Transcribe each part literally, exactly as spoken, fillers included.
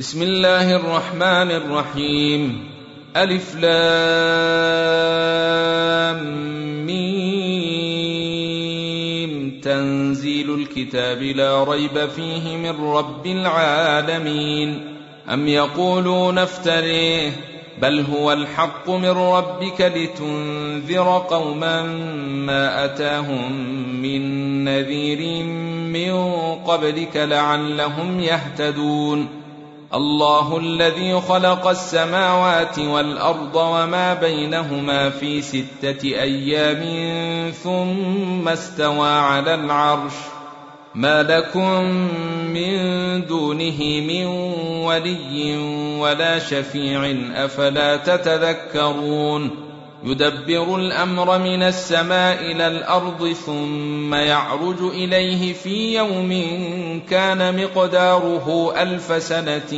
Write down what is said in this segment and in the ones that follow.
بسم الله الرحمن الرحيم. ألف لام ميم. تنزيل الكتاب لا ريب فيه من رب العالمين. أم يقولون افتريه بل هو الحق من ربك لتنذر قوما ما أتاهم من نذير من قبلك لعلهم يهتدون. الله الذي خلق السماوات والأرض وما بينهما في ستة أيام ثم استوى على العرش ما لكم من دونه من ولي ولا شفيع أفلا تتذكرون. يدبر الأمر من السماء إلى الأرض ثم يعرج إليه في يوم كان مقداره ألف سنة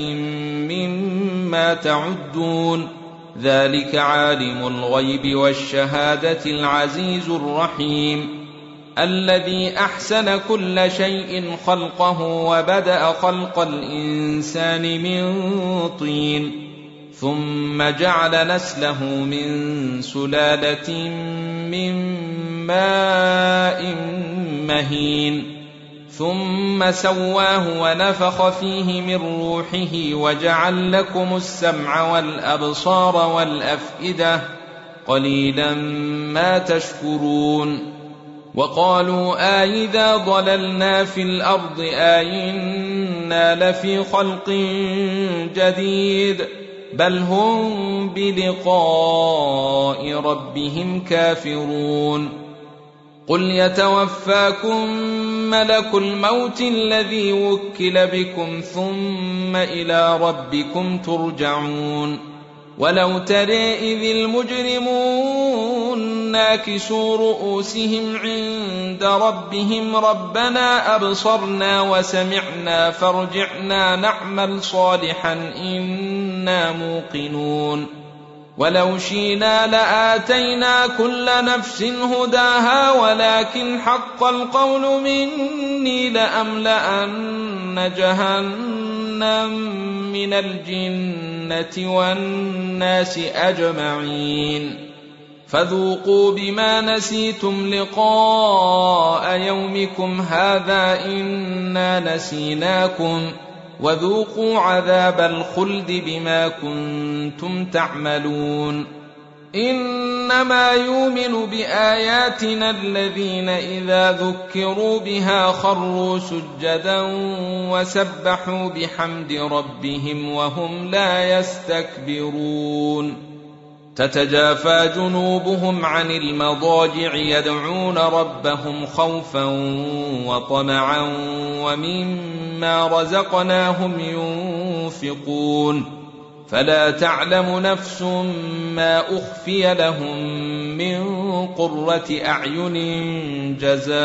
مما تعدون. ذلك عالم الغيب والشهادة العزيز الرحيم الذي أحسن كل شيء خلقه وبدأ خلق الإنسان من طين ثم جعل نسله من سلالة من ماء مهين ثم سواه ونفخ فيه من روحه وجعل لكم السمع والأبصار والأفئدة قليلا ما تشكرون. وقالوا آئذا ضللنا في الأرض آئنا لفي خلق جديد بل هم بلقاء ربهم كافرون. قل يتوفاكم ملك الموت الذي وكل بكم ثم إلى ربكم ترجعون. ولو ترى إذ المجرمون ناكسوا رؤوسهم عند ربهم ربنا أبصرنا وسمعنا فارجعنا نعمل صالحا إنا موقنون. ولو شئنا لآتينا كل نفس هداها ولكن حق القول مني لأملأن جهنم من الجنة والناس أجمعين. فذوقوا بما نسيتم لقاء يومكم هذا إنا نسيناكم وذوقوا عذاب الخلد بما كنتم تعملون. إنما يؤمن بآياتنا الذين إذا ذكروا بها خروا سجدا وسبحوا بحمد ربهم وهم لا يستكبرون. تتجافى جنوبهم عن المضاجع يدعون ربهم خوفا وطمعا ومما رزقناهم ينفقون. فلا تعلم نفس ما أخفي لهم من قرة أعين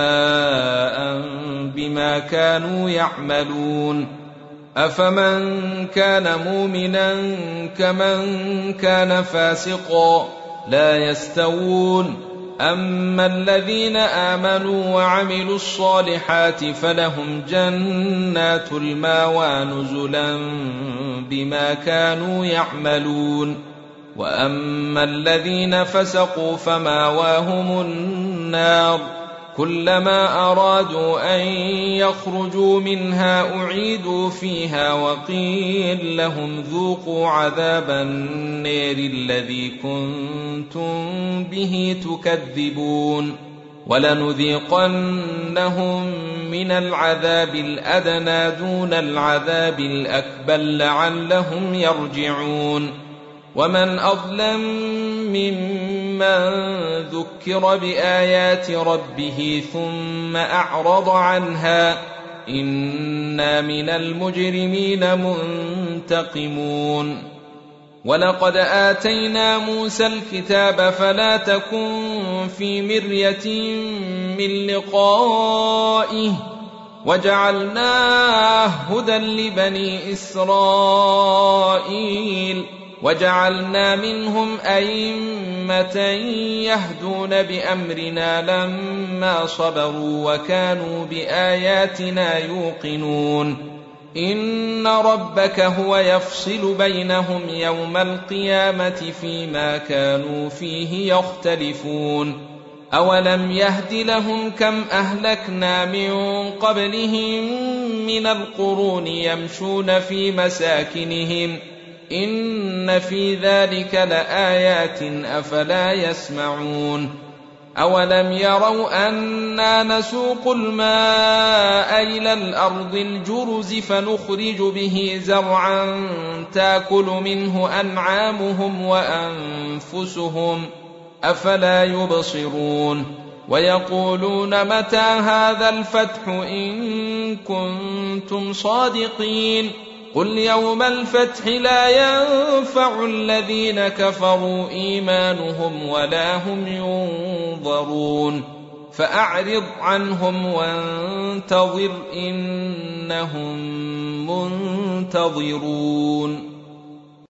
جزاء بما كانوا يعملون. أفمن كان مؤمنا كمن كان فاسقا لا يستوون. أما الذين آمنوا وعملوا الصالحات فلهم جنات المأوى نزلا بما كانوا يعملون. وأما الذين فسقوا فمأواهم النار كلما أرادوا أن يخرجوا منها أعيدوا فيها وقيل لهم ذوقوا عذاب النار الذي كنتم به تكذبون. ولنذيقنهم من العذاب الأدنى دون العذاب الأكبر لعلهم يرجعون. ومن أظلم ممن ذكر بآيات ربه ثم أعرض عنها إنا من المجرمين منتقمون. ولقد آتينا موسى الكتاب فلا تكن في مرية من لقائه وجعلناه هدى لبني إسرائيل وجعلنا منهم أئمة يهدون بأمرنا لما صبروا وكانوا بآياتنا يوقنون. إن ربك هو يفصل بينهم يوم القيامة فيما كانوا فيه يختلفون أولم يهد لهم كم أهلكنا من قبلهم من القرون يمشون في مساكنهم إن في ذلك لآيات أفلا يسمعون أولم يروا أنا نسوق الماء إلى الأرض الجرز فنخرج به زرعا تأكل منه أنعامهم وأنفسهم أفلا يبصرون ويقولون متى هذا الفتح إن كنتم صادقين قل يوم الفتح لا ينفع الذين كفروا إيمانهم ولا هم ينظرون فأعرض عنهم وانتظر إنهم منتظرون.